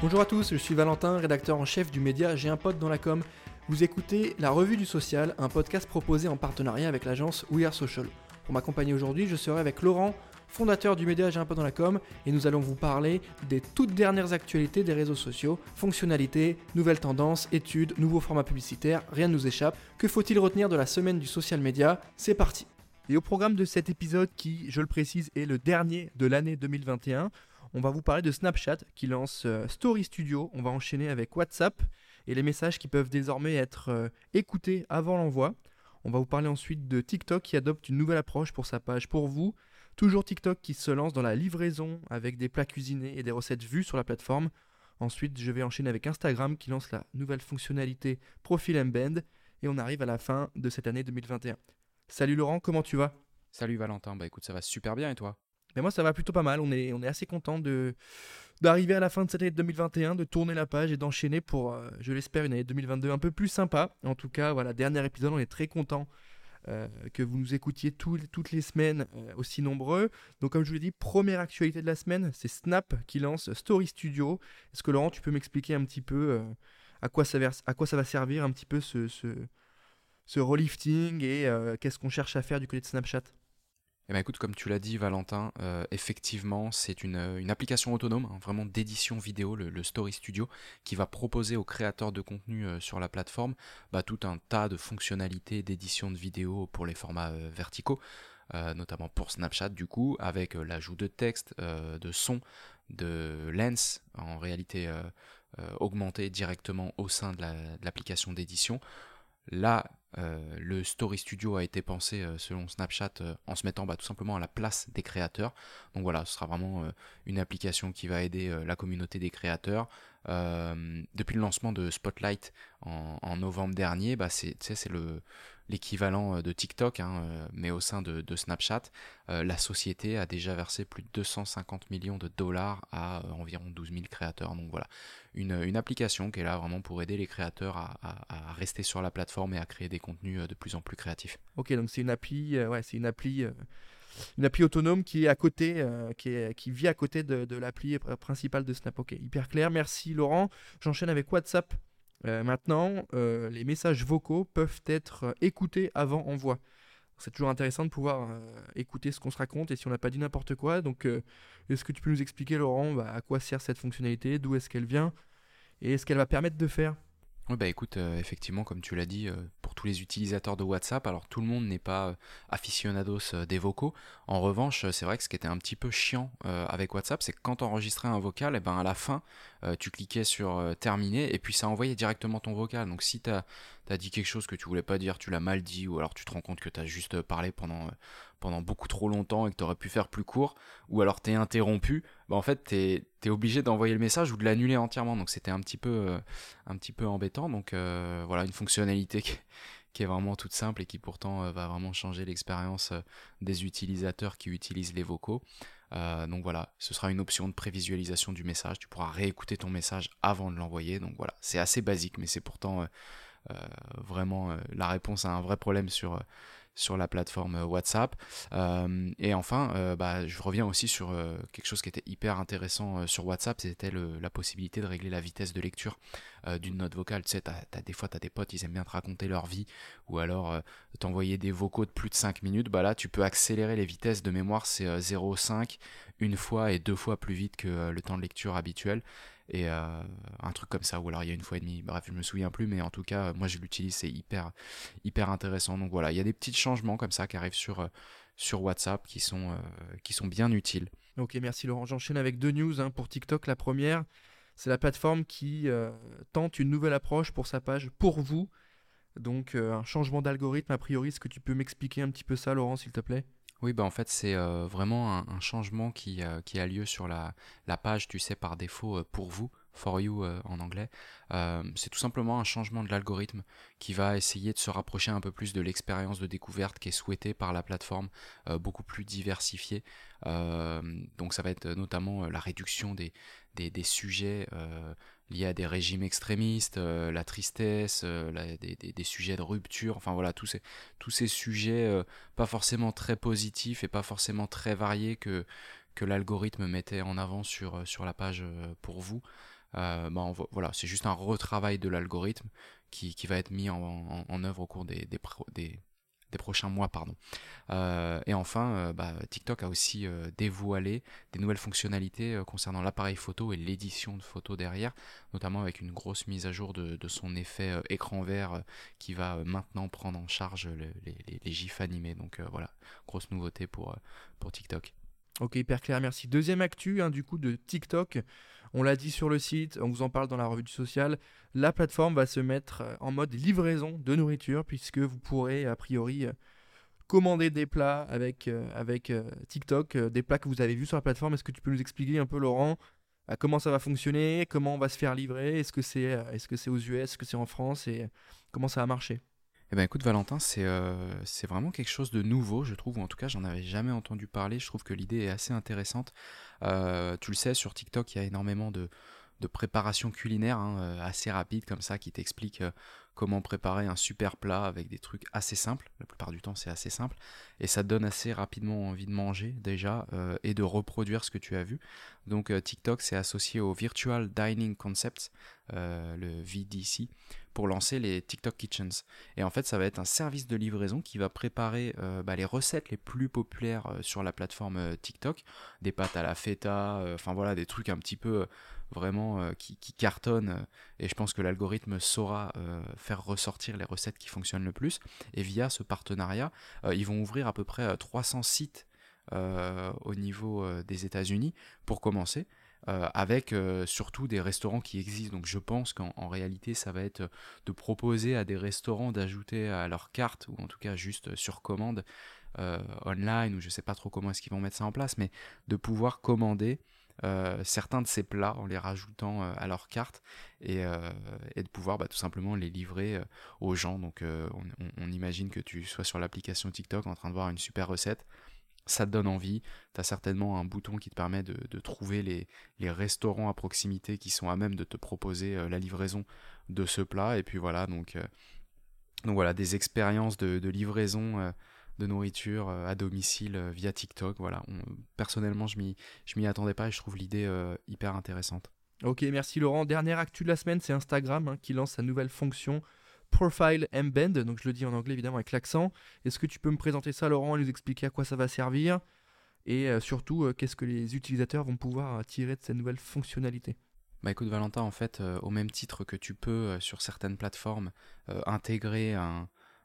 Bonjour à tous, je suis Valentin, rédacteur en chef du média J'ai un pote dans la com. Vous écoutez La Revue du Social, un podcast proposé en partenariat avec l'agence We Are Social. Pour m'accompagner aujourd'hui, je serai avec Laurent, fondateur du média J'ai un pote dans la com, et nous allons vous parler des toutes dernières actualités des réseaux sociaux, fonctionnalités, nouvelles tendances, études, nouveaux formats publicitaires, rien ne nous échappe. Que faut-il retenir de la semaine du social media ? C'est parti. Et au programme de cet épisode qui, je le précise, est le dernier de l'année 2021, on va vous parler de Snapchat qui lance Story Studio. On va enchaîner avec WhatsApp et les messages qui peuvent désormais être écoutés avant l'envoi. On va vous parler ensuite de TikTok qui adopte une nouvelle approche pour sa page pour vous. Toujours TikTok qui se lance dans la livraison avec des plats cuisinés et des recettes vues sur la plateforme. Ensuite, je vais enchaîner avec Instagram qui lance la nouvelle fonctionnalité Profil Embed. Et on arrive à la fin de cette année 2021. Salut Laurent, comment tu vas ? Salut Valentin, bah écoute, ça va super bien et toi ? Mais moi ça va plutôt pas mal, on est assez content d'arriver à la fin de cette année 2021, de tourner la page et d'enchaîner pour, je l'espère, une année 2022 un peu plus sympa. En tout cas, voilà, dernier épisode, on est très content que vous nous écoutiez toutes les semaines aussi nombreux. Donc comme je vous l'ai dit, première actualité de la semaine, c'est Snap qui lance Story Studio. Est-ce que Laurent, tu peux m'expliquer un petit peu à quoi ça va servir un petit peu ce relifting et qu'est-ce qu'on cherche à faire du côté de Snapchat ? Eh ben écoute, comme tu l'as dit Valentin, effectivement c'est une application autonome, vraiment d'édition vidéo, le Story Studio, qui va proposer aux créateurs de contenu sur la plateforme tout un tas de fonctionnalités d'édition de vidéo pour les formats verticaux, notamment pour Snapchat du coup, avec l'ajout de texte, de son, de lens en réalité augmentée directement au sein de l'application d'édition. Là, le Story Studio a été pensé selon Snapchat en se mettant tout simplement à la place des créateurs. Donc voilà, ce sera vraiment une application qui va aider la communauté des créateurs. Depuis le lancement de Spotlight en novembre dernier, c'est l'équivalent de TikTok, mais au sein de Snapchat. La société a déjà versé plus de 250 millions de dollars à environ 12 000 créateurs. Donc voilà, une application qui est là vraiment pour aider les créateurs à rester sur la plateforme et à créer des contenus de plus en plus créatifs. Ok, donc c'est une appli, une appli autonome qui est à côté, qui vit à côté de l'appli principale de Snap. Ok, hyper clair. Merci Laurent. J'enchaîne avec WhatsApp. Maintenant, les messages vocaux peuvent être écoutés avant envoi. C'est toujours intéressant de pouvoir écouter ce qu'on se raconte et si on n'a pas dit n'importe quoi. Donc, est-ce que tu peux nous expliquer, Laurent, à quoi sert cette fonctionnalité, d'où est-ce qu'elle vient et ce qu'elle va permettre de faire ? Oui, écoute, effectivement, comme tu l'as dit, pour tous les utilisateurs de WhatsApp, alors tout le monde n'est pas aficionados des vocaux. En revanche, c'est vrai que ce qui était un petit peu chiant avec WhatsApp, c'est que quand tu enregistrais un vocal, à la fin, tu cliquais sur terminer et puis ça envoyait directement ton vocal. Donc si tu as dit quelque chose que tu voulais pas dire, tu l'as mal dit, ou alors tu te rends compte que tu as juste parlé pendant beaucoup trop longtemps et que tu aurais pu faire plus court, ou alors tu es interrompu, en fait tu es obligé d'envoyer le message ou de l'annuler entièrement. Donc c'était un petit peu embêtant. Donc voilà, une fonctionnalité qui est vraiment toute simple et qui pourtant va vraiment changer l'expérience des utilisateurs qui utilisent les vocaux. Donc voilà, ce sera une option de prévisualisation du message. Tu pourras réécouter ton message avant de l'envoyer. Donc voilà, c'est assez basique, mais c'est pourtant vraiment la réponse à un vrai problème sur la plateforme WhatsApp. Et enfin, je reviens aussi sur quelque chose qui était hyper intéressant sur WhatsApp, c'était la possibilité de régler la vitesse de lecture d'une note vocale. Tu sais, des fois, tu as des potes, ils aiment bien te raconter leur vie, ou alors t'envoyer des vocaux de plus de 5 minutes. Là, tu peux accélérer les vitesses de mémoire, c'est 0,5, une fois et 2 fois plus vite que le temps de lecture habituel. Et un truc comme ça, ou alors il y a une fois et demie, bref, je me souviens plus, mais en tout cas, moi je l'utilise, c'est hyper intéressant. Donc voilà, il y a des petits changements comme ça qui arrivent sur WhatsApp qui sont bien utiles. Ok, merci Laurent. J'enchaîne avec deux news pour TikTok. La première, c'est la plateforme qui tente une nouvelle approche pour sa page pour vous. Donc un changement d'algorithme a priori. Est-ce que tu peux m'expliquer un petit peu ça, Laurent, s'il te plaît ? Oui, en fait, c'est vraiment un changement qui a lieu sur la page, tu sais, par défaut, pour vous, for you en anglais. C'est tout simplement un changement de l'algorithme qui va essayer de se rapprocher un peu plus de l'expérience de découverte qui est souhaitée par la plateforme, beaucoup plus diversifiée. Donc ça va être notamment la réduction des sujets liés à des régimes extrémistes, la tristesse, des sujets de rupture, enfin voilà, tous ces sujets pas forcément très positifs et pas forcément très variés que l'algorithme mettait en avant sur la page pour vous. voilà, c'est juste un retravail de l'algorithme qui va être mis en œuvre au cours des prochains mois, pardon. Et enfin, TikTok a aussi dévoilé des nouvelles fonctionnalités concernant l'appareil photo et l'édition de photos derrière, notamment avec une grosse mise à jour de son effet écran vert qui va maintenant prendre en charge les gifs animés. Donc voilà, grosse nouveauté pour TikTok. Ok, hyper clair, merci. Deuxième actu, du coup, de TikTok. On l'a dit sur le site, on vous en parle dans la revue du social. La plateforme va se mettre en mode livraison de nourriture, puisque vous pourrez, a priori, commander des plats avec TikTok, des plats que vous avez vus sur la plateforme. Est-ce que tu peux nous expliquer un peu, Laurent, comment ça va fonctionner, comment on va se faire livrer, est-ce que c'est aux US, est-ce que c'est en France, et comment ça va marcher? Eh ben écoute Valentin, c'est vraiment quelque chose de nouveau, je trouve, ou en tout cas j'en avais jamais entendu parler. Je trouve que l'idée est assez intéressante. Tu le sais, sur TikTok il y a énormément de préparation culinaire assez rapide comme ça qui t'explique comment préparer un super plat avec des trucs assez simples. La plupart du temps c'est assez simple et ça te donne assez rapidement envie de manger déjà et de reproduire ce que tu as vu. Donc TikTok s'est associé au Virtual Dining Concepts, le VDC, pour lancer les TikTok Kitchens. Et en fait ça va être un service de livraison qui va préparer les recettes les plus populaires sur la plateforme TikTok, des pâtes à la feta, enfin voilà, des trucs un petit peu vraiment qui cartonnent, et je pense que l'algorithme saura faire ressortir les recettes qui fonctionnent le plus. Et via ce partenariat, ils vont ouvrir à peu près 300 sites au niveau des États-Unis pour commencer, avec surtout des restaurants qui existent. Donc je pense qu'en réalité ça va être de proposer à des restaurants d'ajouter à leur carte, ou en tout cas juste sur commande online, ou je sais pas trop comment est-ce qu'ils vont mettre ça en place, mais de pouvoir commander certains de ces plats en les rajoutant à leur carte, et de pouvoir tout simplement les livrer aux gens. Donc on imagine que tu sois sur l'application TikTok en train de voir une super recette, ça te donne envie, tu as certainement un bouton qui te permet de trouver les restaurants à proximité qui sont à même de te proposer la livraison de ce plat. Et puis voilà, donc voilà, des expériences de livraison de nourriture à domicile via TikTok. Voilà, personnellement je m'y attendais pas et je trouve l'idée hyper intéressante. Ok, merci Laurent. Dernière actu de la semaine, c'est Instagram qui lance sa nouvelle fonction Profile Embed, donc je le dis en anglais évidemment avec l'accent. Est-ce que tu peux me présenter ça, Laurent, et nous expliquer à quoi ça va servir, et surtout qu'est-ce que les utilisateurs vont pouvoir tirer de cette nouvelle fonctionnalité? Écoute Valentin, en fait, au même titre que tu peux sur certaines plateformes intégrer un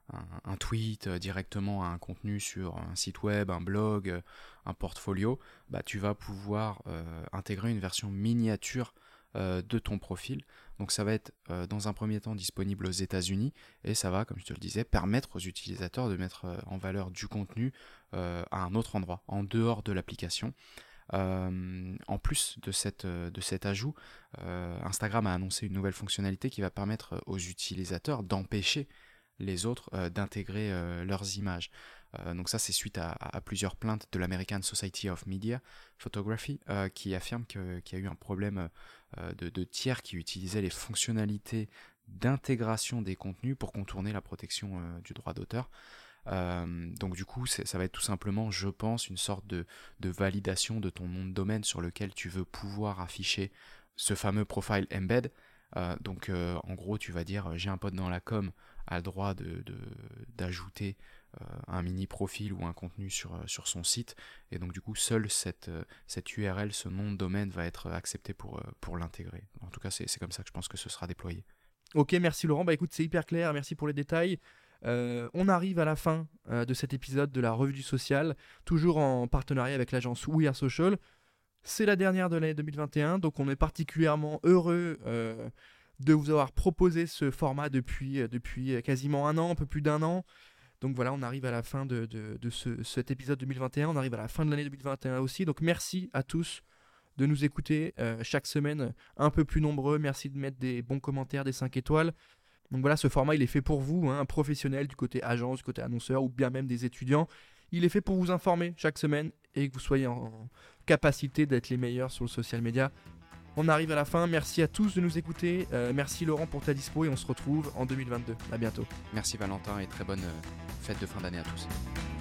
tweet directement à un contenu sur un site web, un blog, un portfolio, tu vas pouvoir intégrer une version miniature de ton profil. Donc ça va être dans un premier temps disponible aux États-Unis, et ça va, comme je te le disais, permettre aux utilisateurs de mettre en valeur du contenu à un autre endroit, en dehors de l'application. En plus de cet ajout, Instagram a annoncé une nouvelle fonctionnalité qui va permettre aux utilisateurs d'empêcher les autres d'intégrer leurs images. Donc ça, c'est suite à plusieurs plaintes de l'American Society of Media Photography qui affirme qu'il y a eu un problème de tiers qui utilisaient les fonctionnalités d'intégration des contenus pour contourner la protection du droit d'auteur. Donc du coup, ça va être tout simplement, je pense, une sorte de validation de ton nom de domaine sur lequel tu veux pouvoir afficher ce fameux profile embed. Donc en gros, tu vas dire, j'ai un pote dans la com, a le droit d'ajouter un mini profil ou un contenu sur son site, et donc du coup seul cette URL, ce nom de domaine va être accepté pour l'intégrer. En tout cas c'est comme ça que je pense que ce sera déployé. Ok, merci Laurent, écoute, c'est hyper clair, merci pour les détails. On arrive à la fin de cet épisode de la revue du social, toujours en partenariat avec l'agence We Are Social. C'est la dernière de l'année 2021, donc on est particulièrement heureux de vous avoir proposé ce format depuis quasiment un an, un peu plus d'un an. Donc voilà, on arrive à la fin de cet épisode 2021, on arrive à la fin de l'année 2021 aussi. Donc merci à tous de nous écouter chaque semaine un peu plus nombreux. Merci de mettre des bons commentaires, des 5 étoiles. Donc voilà, ce format il est fait pour vous, un professionnel du côté agence, du côté annonceur, ou bien même des étudiants. Il est fait pour vous informer chaque semaine et que vous soyez en capacité d'être les meilleurs sur le social media. On arrive à la fin, merci à tous de nous écouter, merci Laurent pour ta dispo, et on se retrouve en 2022. À bientôt. Merci Valentin, et très bonne fête de fin d'année à tous.